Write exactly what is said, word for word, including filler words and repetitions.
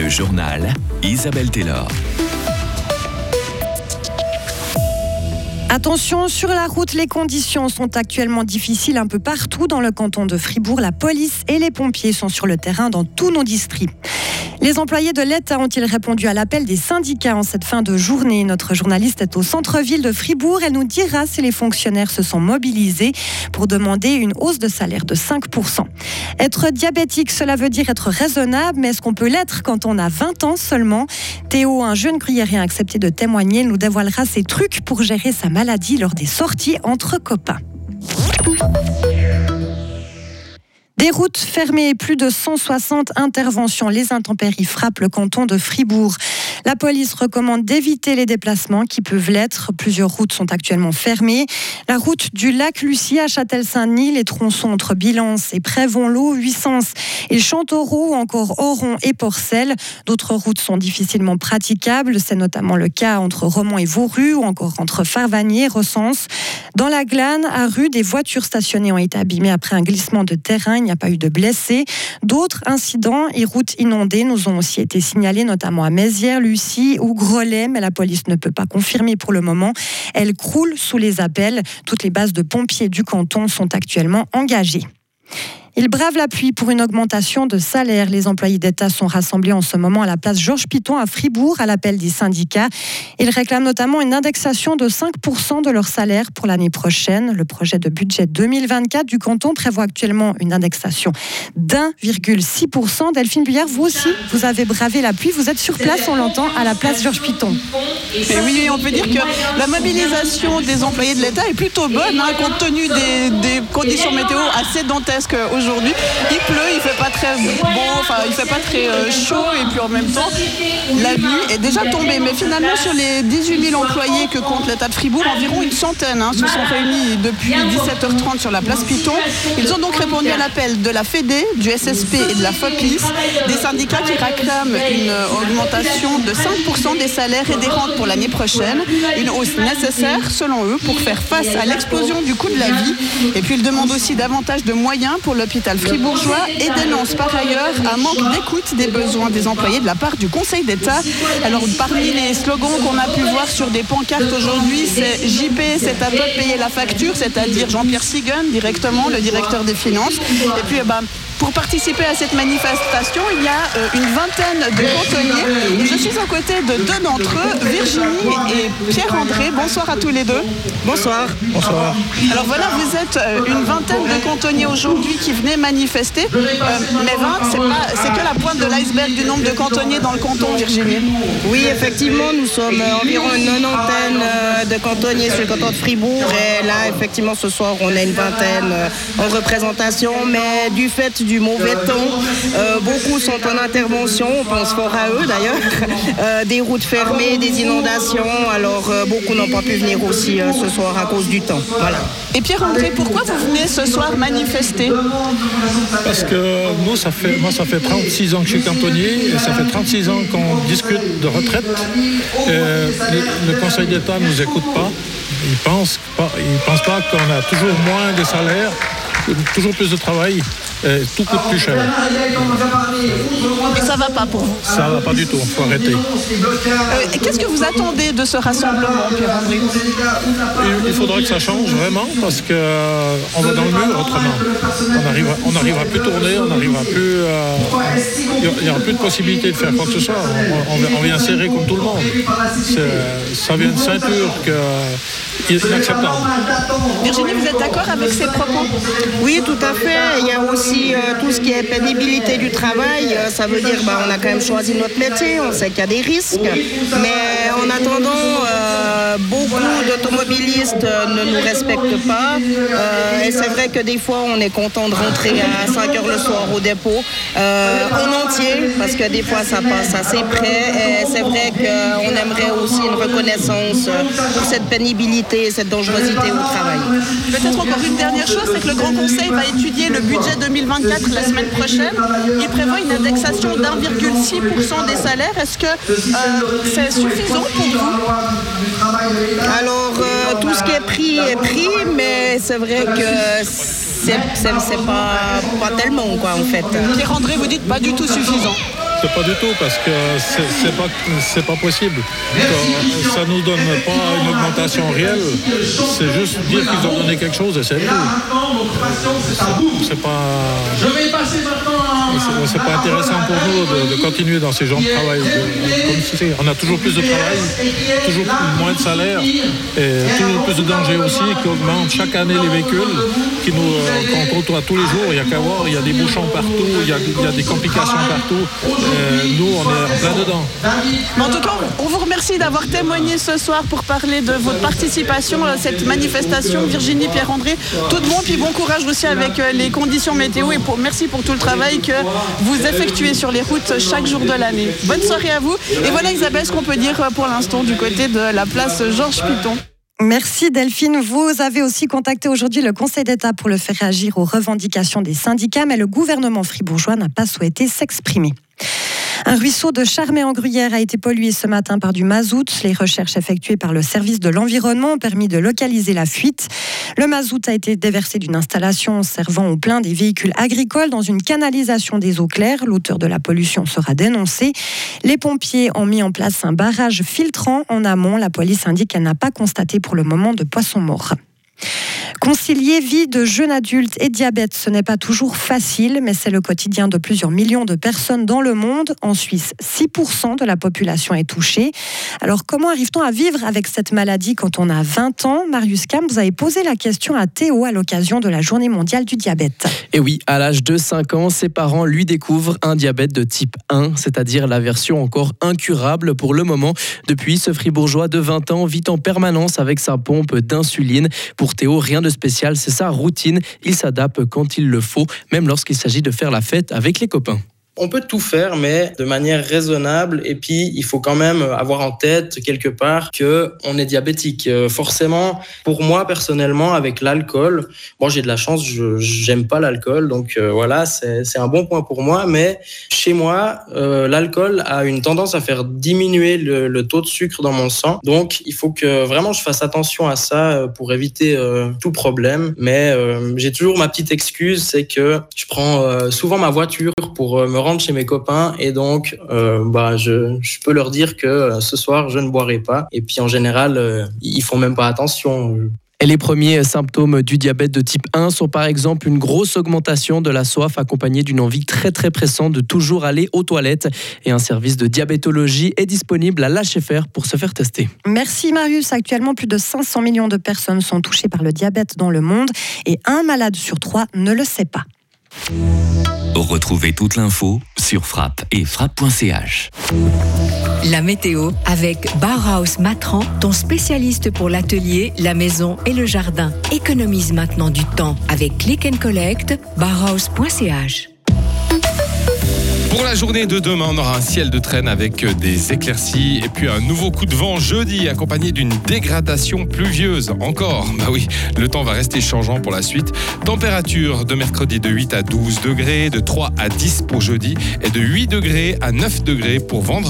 Le journal Isabelle Taylor. Attention, sur la route, les conditions sont actuellement difficiles un peu partout dans le canton de Fribourg. La police et les pompiers sont sur le terrain dans tous nos districts. Les employés de l'État ont-ils répondu à l'appel des syndicats en cette fin de journée? Notre journaliste est au centre-ville de Fribourg. Elle nous dira si les fonctionnaires se sont mobilisés pour demander une hausse de salaire de cinq pour cent. Être diabétique, cela veut dire être raisonnable, mais est-ce qu'on peut l'être quand on a vingt ans seulement? Théo, un jeune gruyérien, a accepté de témoigner. Il nous dévoilera ses trucs pour gérer sa maladie lors des sorties entre copains. Des routes fermées, plus de cent soixante interventions. Les intempéries frappent le canton de Fribourg. La police recommande d'éviter les déplacements qui peuvent l'être. Plusieurs routes sont actuellement fermées. La route du lac Lucie à Châtel-Saint-Denis, les tronçons entre Bilance et Prévonlot, Huissens et Chantaureau, ou encore Oron et Porcel. D'autres routes sont difficilement praticables. C'est notamment le cas entre Romont et Vauru, ou encore entre Farvagny et Recense. Dans la Glane, à Rue, des voitures stationnées ont été abîmées après un glissement de terrain. Il n'y a pas eu de blessés. D'autres incidents et routes inondées nous ont aussi été signalés, notamment à Mézières, Lucie ou Grelais, mais la police ne peut pas confirmer pour le moment. Elle croule sous les appels. Toutes les bases de pompiers du canton sont actuellement engagées. Ils bravent la pluie pour une augmentation de salaire. Les employés d'État sont rassemblés en ce moment à la place Georges Piton à Fribourg à l'appel des syndicats. Ils réclament notamment une indexation de cinq pour cent de leur salaire pour l'année prochaine. Le projet de budget deux mille vingt-quatre du canton prévoit actuellement une indexation d'un virgule six pour cent. Delphine Buyard, vous aussi, vous avez bravé la pluie. Vous êtes sur place, on l'entend, à la place Georges Piton. Et oui, on peut dire que la mobilisation des employés de l'État est plutôt bonne, hein, compte tenu des, des conditions météo assez dantesques aujourd'hui. Il pleut, il fait pas très bon, enfin il fait pas très euh, chaud, et puis en même temps la nuit est déjà tombée. Mais finalement, sur les dix-huit mille employés que compte l'État de Fribourg, environ une centaine hein, se sont réunis depuis dix-sept heures trente sur la place Piton. Ils ont donc répondu à l'appel de la Fédé, du S S P et de la FOPIS, des syndicats qui réclament une augmentation de cinq pour cent des salaires et des rentes pour l'année prochaine, une hausse nécessaire selon eux pour faire face à l'explosion du coût de la vie. Et puis ils demandent aussi davantage de moyens pour l'hôpital fribourgeois et dénonce par ailleurs un manque d'écoute des besoins des employés de la part du Conseil d'État. Alors parmi les slogans qu'on a pu voir sur des pancartes aujourd'hui, c'est J P, c'est à toi de payer la facture, c'est-à-dire Jean-Pierre Sigun directement, le directeur des finances. Et puis eh ben, pour participer à cette manifestation, il y a euh, une vingtaine de cantonniers. Et je suis aux côtés de deux d'entre eux, Virginie et Pierre-André. Bonsoir à tous les deux. Bonsoir. Bonsoir. Alors voilà, vous êtes euh, une vingtaine de cantonniers aujourd'hui qui venaient manifester. Euh, mais vingt, c'est, pas, c'est que la pointe de l'iceberg du nombre de cantonniers dans le canton, Virginie. Oui, effectivement, nous sommes euh, environ une nonantaine euh, de cantonniers sur le canton de Fribourg. Et là, effectivement, ce soir, on a une vingtaine euh, en représentation. Mais du fait du mauvais temps, euh, beaucoup sont en intervention. On pense fort à eux, d'ailleurs. Euh, des routes fermées, des inondations. Alors, euh, beaucoup n'ont pas pu venir aussi euh, ce soir à cause du temps. Voilà. Et Pierre-André, pourquoi vous venez ce soir manifester? Parce que nous, ça fait, moi, ça fait trente-six ans que je suis cantonnier et ça fait trente-six ans qu'on discute de retraite. Et le, le Conseil d'État ne nous écoute pas. Il ne pense pas, il pense pas qu'on a toujours moins de salaire, toujours plus de travail. Et tout coûte plus cher. Et ça va pas pour vous? Ça va pas du tout, il faut arrêter. Euh, et qu'est-ce que vous attendez de ce rassemblement, Pierre-André? Il, il faudra que ça change vraiment, parce qu'on euh, va dans le mur autrement. On n'arrivera on n'arrivera plus à tourner, on n'arrivera plus. Euh, il n'y aura plus de possibilité de faire quoi que ce soit. On, on, on vient serrer comme tout le monde. C'est, ça vient de ceinture que inacceptable. Virginie, vous êtes d'accord avec ces propos? Oui, tout à fait. Il y a aussi euh, tout ce qui est pénibilité du travail. Euh, ça veut dire bah, on a quand même choisi notre métier, on sait qu'il y a des risques. Mais en attendant, euh, beaucoup d'automobilistes ne nous respectent pas. Euh, et c'est vrai que des fois, on est content de rentrer à cinq heures le soir au dépôt, euh, en entier, parce que des fois, ça passe assez près. Et c'est vrai qu'on aimerait aussi une reconnaissance pour cette pénibilité et cette dangerosité au travail. Peut-être encore une dernière chose, c'est que le Grand Conseil va étudier le budget deux mille vingt-quatre la semaine prochaine. Il prévoit une indexation d'un virgule six pour cent des salaires. Est-ce que euh, c'est suffisant pour vous? Alors, euh, tout ce qui est pris est pris, mais c'est vrai que c'est, c'est, c'est pas, pas tellement, quoi, en fait. Pierre-André, vous dites pas du tout suffisant. C'est pas du tout, parce que c'est, c'est pas, c'est pas possible. Ça nous donne pas une augmentation réelle. C'est juste dire qu'ils ont donné quelque chose et c'est tout. C'est, c'est pas... C'est, c'est pas intéressant pour nous de, de continuer dans ces genres de travail. Comme si on a toujours plus de travail, toujours moins de salaire et toujours plus de dangers aussi qui augmentent chaque année les véhicules qui nous, euh, qu'on côtoie tous les jours. Il y a qu'à voir, il y a des bouchons partout, il y a, il y a des complications partout. Et nous, on est en plein dedans. En tout cas, on vous remercie d'avoir témoigné ce soir pour parler de votre participation à cette manifestation. Virginie, Pierre-André, tout le monde, puis bon courage aussi avec les conditions météo et pour, merci pour tout le travail que vous effectuez sur les routes chaque jour de l'année. Bonne soirée à vous. Et voilà Isabelle, ce qu'on peut dire pour l'instant du côté de la place Georges Piton. Merci Delphine. Vous avez aussi contacté aujourd'hui le Conseil d'État pour le faire réagir aux revendications des syndicats, mais le gouvernement fribourgeois n'a pas souhaité s'exprimer. Un ruisseau de Charmey-en-Gruyère a été pollué ce matin par du mazout. Les recherches effectuées par le service de l'environnement ont permis de localiser la fuite. Le mazout a été déversé d'une installation servant au plein des véhicules agricoles dans une canalisation des eaux claires. L'auteur de la pollution sera dénoncé. Les pompiers ont mis en place un barrage filtrant en amont. La police indique qu'elle n'a pas constaté pour le moment de poissons morts. Concilier vie de jeune adulte et diabète, ce n'est pas toujours facile, mais c'est le quotidien de plusieurs millions de personnes dans le monde. En Suisse, six pour cent de la population est touchée. Alors, comment arrive-t-on à vivre avec cette maladie quand on a vingt ans ? Marius Cam, vous avez posé la question à Théo à l'occasion de la Journée mondiale du diabète. Et oui, à l'âge de cinq ans, ses parents lui découvrent un diabète de type un, c'est-à-dire la version encore incurable pour le moment. Depuis, ce fribourgeois de vingt ans vit en permanence avec sa pompe d'insuline. Pour Théo, rien de spécial, c'est sa routine. Il s'adapte quand il le faut, même lorsqu'il s'agit de faire la fête avec les copains. On peut tout faire, mais de manière raisonnable. Et puis, il faut quand même avoir en tête, quelque part, qu'on est diabétique. Euh, forcément, pour moi, personnellement, avec l'alcool, bon, j'ai de la chance, je j'aime pas l'alcool. Donc, euh, voilà, c'est, c'est un bon point pour moi. Mais chez moi, euh, l'alcool a une tendance à faire diminuer le, le taux de sucre dans mon sang. Donc, il faut que vraiment je fasse attention à ça pour éviter euh, tout problème. Mais euh, j'ai toujours ma petite excuse, c'est que je prends euh, souvent ma voiture pour euh, me rendre chez mes copains et donc euh, bah, je, je peux leur dire que euh, ce soir je ne boirai pas et puis en général euh, ils font même pas attention. Et les premiers symptômes du diabète de type un sont par exemple une grosse augmentation de la soif accompagnée d'une envie très très pressante de toujours aller aux toilettes. Et un service de diabétologie est disponible à l'H F R pour se faire tester. Merci Marius. Actuellement, plus de cinq cents millions de personnes sont touchées par le diabète dans le monde et un malade sur trois ne le sait pas. Retrouvez toute l'info sur Frappe et frappe point c h. La météo avec Bauhaus Matran, ton spécialiste pour l'atelier, la maison et le jardin. Économise maintenant du temps avec Click and Collect, bauhaus point c h. Pour la journée de demain, on aura un ciel de traîne avec des éclaircies et puis un nouveau coup de vent jeudi accompagné d'une dégradation pluvieuse. Encore, bah oui, le temps va rester changeant pour la suite. Température de mercredi de huit à douze degrés, de trois à dix pour jeudi et de huit degrés à neuf degrés pour vendredi.